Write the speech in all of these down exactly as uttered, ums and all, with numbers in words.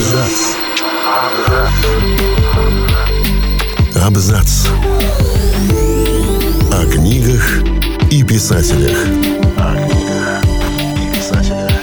Абзац. Абзац. О книгах и писателях. О книгах и писателях.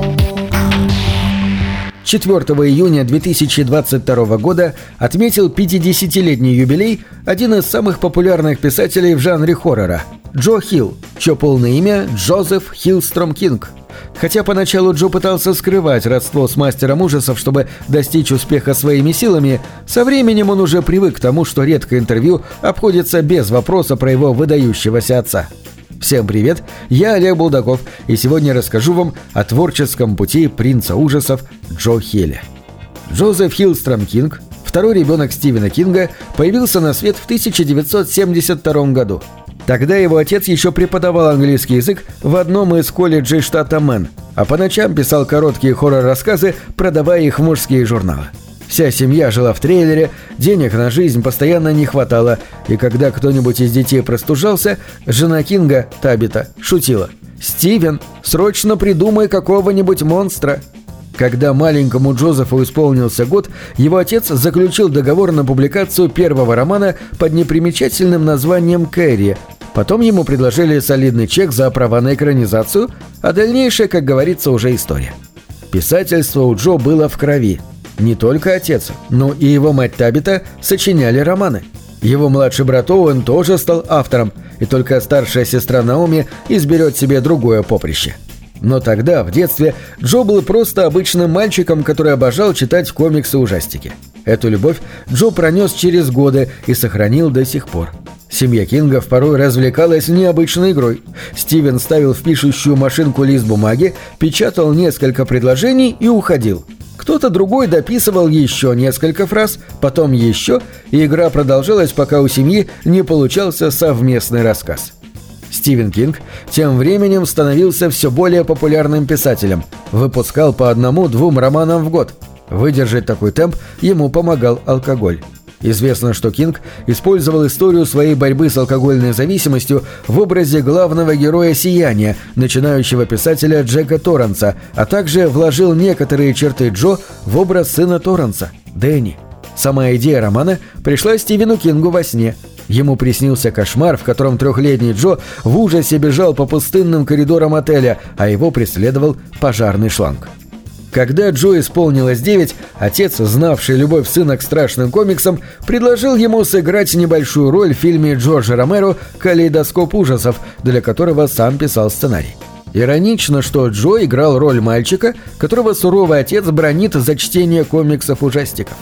четвёртого июня две тысячи двадцать второго года отметил пятидесятилетний юбилей один из самых популярных писателей в жанре хоррора – Джо Хилл, чье полное имя – Джозеф Хиллстром Кинг. Хотя поначалу Джо пытался скрывать родство с мастером ужасов, чтобы достичь успеха своими силами, со временем он уже привык к тому, что редкое интервью обходится без вопроса про его выдающегося отца. Всем привет, я Олег Булдаков, и сегодня расскажу вам о творческом пути принца ужасов Джо Хилля. Джозеф Хиллстром Кинг, второй ребенок Стивена Кинга, появился на свет в тысяча девятьсот семьдесят втором году. Тогда его отец еще преподавал английский язык в одном из колледжей штата Мэн, а по ночам писал короткие хоррор-рассказы, продавая их в мужские журналы. Вся семья жила в трейлере, денег на жизнь постоянно не хватало, и когда кто-нибудь из детей простужался, жена Кинга, Табита, шутила: «Стивен, срочно придумай какого-нибудь монстра». Когда маленькому Джозефу исполнился год, его отец заключил договор на публикацию первого романа под непримечательным названием «Кэрри». Потом ему предложили солидный чек за права на экранизацию, а дальнейшее, как говорится, уже история. Писательство у Джо было в крови. Не только отец, но и его мать Табита сочиняли романы. Его младший брат Оуэн тоже стал автором, и только старшая сестра Наоми изберет себе другое поприще. Но тогда, в детстве, Джо был просто обычным мальчиком, который обожал читать комиксы-ужастики. Эту любовь Джо пронес через годы и сохранил до сих пор. Семья Кингов порой развлекалась необычной игрой. Стивен ставил в пишущую машинку лист бумаги, печатал несколько предложений и уходил. Кто-то другой дописывал еще несколько фраз, потом еще, и игра продолжалась, пока у семьи не получался совместный рассказ. Стивен Кинг тем временем становился все более популярным писателем, выпускал по одному-двум романам в год. Выдержать такой темп ему помогал алкоголь. Известно, что Кинг использовал историю своей борьбы с алкогольной зависимостью в образе главного героя «Сияния», начинающего писателя Джека Торранса, а также вложил некоторые черты Джо в образ сына Торранса – Дэнни. Сама идея романа пришла Стивену Кингу во сне. Ему приснился кошмар, в котором трехлетний Джо в ужасе бежал по пустынным коридорам отеля, а его преследовал пожарный шланг. Когда Джо исполнилось девять, отец, знавший любовь сына к страшным комиксам, предложил ему сыграть небольшую роль в фильме Джорджа Ромеро «Калейдоскоп ужасов», для которого сам писал сценарий. Иронично, что Джо играл роль мальчика, которого суровый отец бранит за чтение комиксов-ужастиков.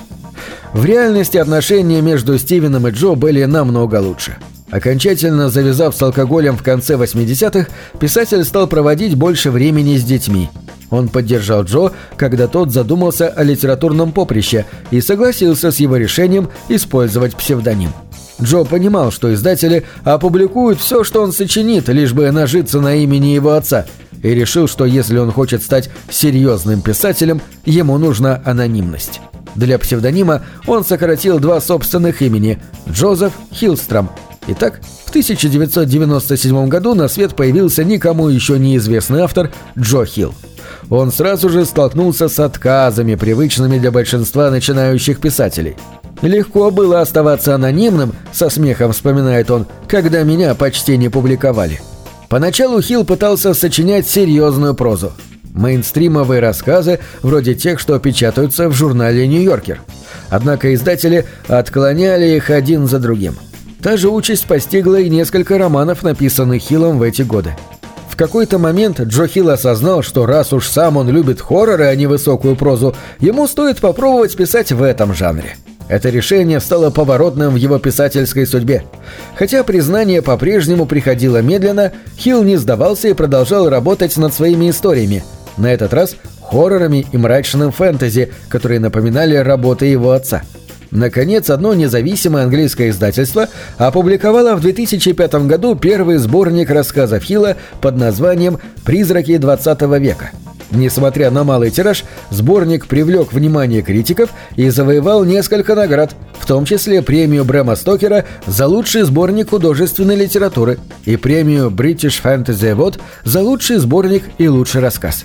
В реальности отношения между Стивеном и Джо были намного лучше. Окончательно завязав с алкоголем в конце восьмидесятых, писатель стал проводить больше времени с детьми. Он поддержал Джо, когда тот задумался о литературном поприще, и согласился с его решением использовать псевдоним. Джо понимал, что издатели опубликуют все, что он сочинит, лишь бы нажиться на имени его отца, и решил, что если он хочет стать серьезным писателем, ему нужна анонимность. Для псевдонима он сократил два собственных имени – Джозеф Хиллстром. Итак, в тысяча девятьсот девяносто седьмом году на свет появился никому еще неизвестный автор Джо Хилл. Он сразу же столкнулся с отказами, привычными для большинства начинающих писателей. «Легко было оставаться анонимным», — со смехом вспоминает он, «когда меня почти не публиковали». Поначалу Хилл пытался сочинять серьезную прозу. Мейнстримовые рассказы, вроде тех, что печатаются в журнале «Нью-Йоркер». Однако издатели отклоняли их один за другим. Та же участь постигла и несколько романов, написанных Хиллом в эти годы. В какой-то момент Джо Хилл осознал, что раз уж сам он любит хорроры, а не высокую прозу, ему стоит попробовать писать в этом жанре. Это решение стало поворотным в его писательской судьбе. Хотя признание по-прежнему приходило медленно, Хилл не сдавался и продолжал работать над своими историями. На этот раз хоррорами и мрачным фэнтези, которые напоминали работы его отца. Наконец, одно независимое английское издательство опубликовало в две тысячи пятом году первый сборник рассказов Хилла под названием «Призраки двадцатого века». Несмотря на малый тираж, сборник привлек внимание критиков и завоевал несколько наград, в том числе премию Брэма Стокера за лучший сборник художественной литературы и премию British Fantasy Award за лучший сборник и лучший рассказ.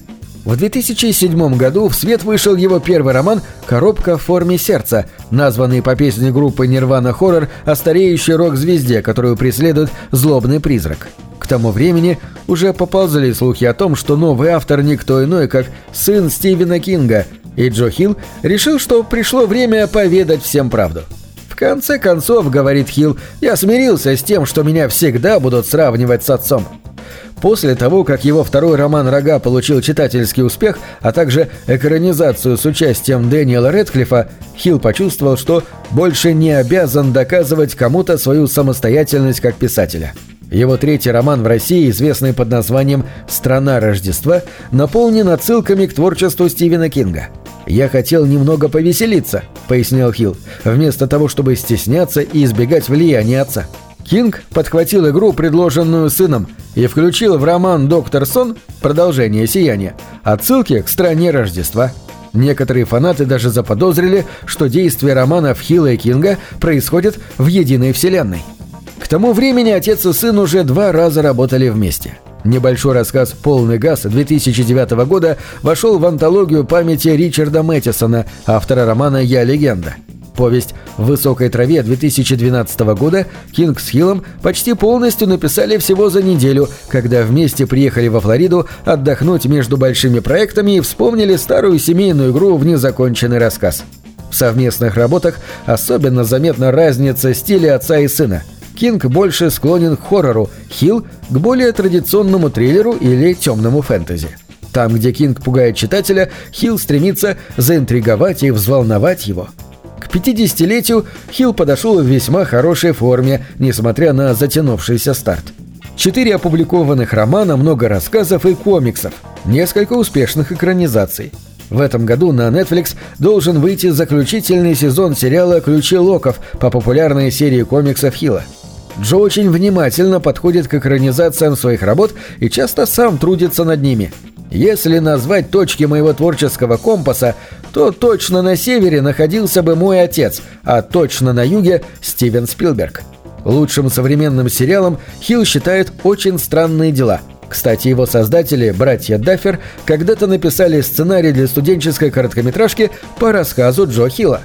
В две тысячи седьмом году в свет вышел его первый роман «Коробка в форме сердца», названный по песне группы Nirvana хоррор о стареющей рок-звезде, которую преследует злобный призрак. К тому времени уже поползли слухи о том, что новый автор никто иной, как сын Стивена Кинга, и Джо Хилл решил, что пришло время поведать всем правду. «В конце концов, — говорит Хилл, — я смирился с тем, что меня всегда будут сравнивать с отцом». После того, как его второй роман «Рога» получил читательский успех, а также экранизацию с участием Дэниела Рэдклиффа, Хилл почувствовал, что больше не обязан доказывать кому-то свою самостоятельность как писателя. Его третий роман в России, известный под названием «Страна Рождества», наполнен отсылками к творчеству Стивена Кинга. «Я хотел немного повеселиться», — пояснил Хилл, вместо того, чтобы стесняться и избегать влияния отца. Кинг подхватил игру, предложенную сыном, и включил в роман «Доктор Сон» продолжение «Сияния» отсылки к «Стране Рождества». Некоторые фанаты даже заподозрили, что действие романов Хилла и Кинга происходят в единой вселенной. К тому времени отец и сын уже два раза работали вместе. Небольшой рассказ «Полный газ» две тысячи девятого года вошел в антологию памяти Ричарда Мэттисона, автора романа «Я легенда». Повесть «В высокой траве» две тысячи двенадцатого года Кинг с Хиллом почти полностью написали всего за неделю, когда вместе приехали во Флориду отдохнуть между большими проектами и вспомнили старую семейную игру в незаконченный рассказ. В совместных работах особенно заметна разница стиля отца и сына. Кинг больше склонен к хоррору, Хилл – к более традиционному триллеру или темному фэнтези. Там, где Кинг пугает читателя, Хилл стремится заинтриговать и взволновать его. К пятидесятилетию Хилл подошел в весьма хорошей форме, несмотря на затянувшийся старт. Четыре опубликованных романа, много рассказов и комиксов, несколько успешных экранизаций. В этом году на Netflix должен выйти заключительный сезон сериала «Ключи Локов» по популярной серии комиксов Хилла. Джо очень внимательно подходит к экранизациям своих работ и часто сам трудится над ними. Если назвать точки моего творческого компаса, то точно на севере находился бы мой отец, а точно на юге – Стивен Спилберг. Лучшим современным сериалом Хилл считает «Очень странные дела». Кстати, его создатели, братья Даффер, когда-то написали сценарий для студенческой короткометражки по рассказу Джо Хилла.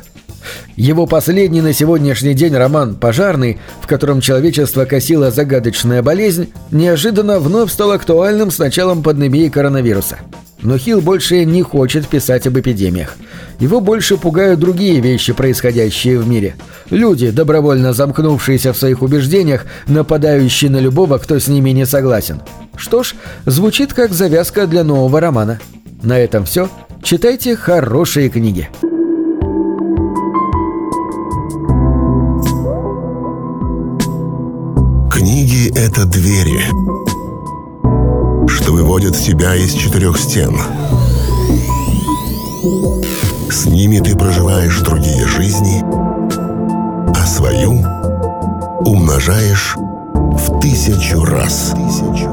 Его последний на сегодняшний день роман «Пожарный», в котором человечество косила загадочная болезнь, неожиданно вновь стал актуальным с началом пандемии коронавируса. Но Хилл больше не хочет писать об эпидемиях. Его больше пугают другие вещи, происходящие в мире. Люди, добровольно замкнувшиеся в своих убеждениях, нападающие на любого, кто с ними не согласен. Что ж, звучит как завязка для нового романа. На этом все. Читайте хорошие книги. Книги — это двери, что выводят тебя из четырех стен. С ними ты проживаешь другие жизни, а свою умножаешь в тысячу раз. Тысячу.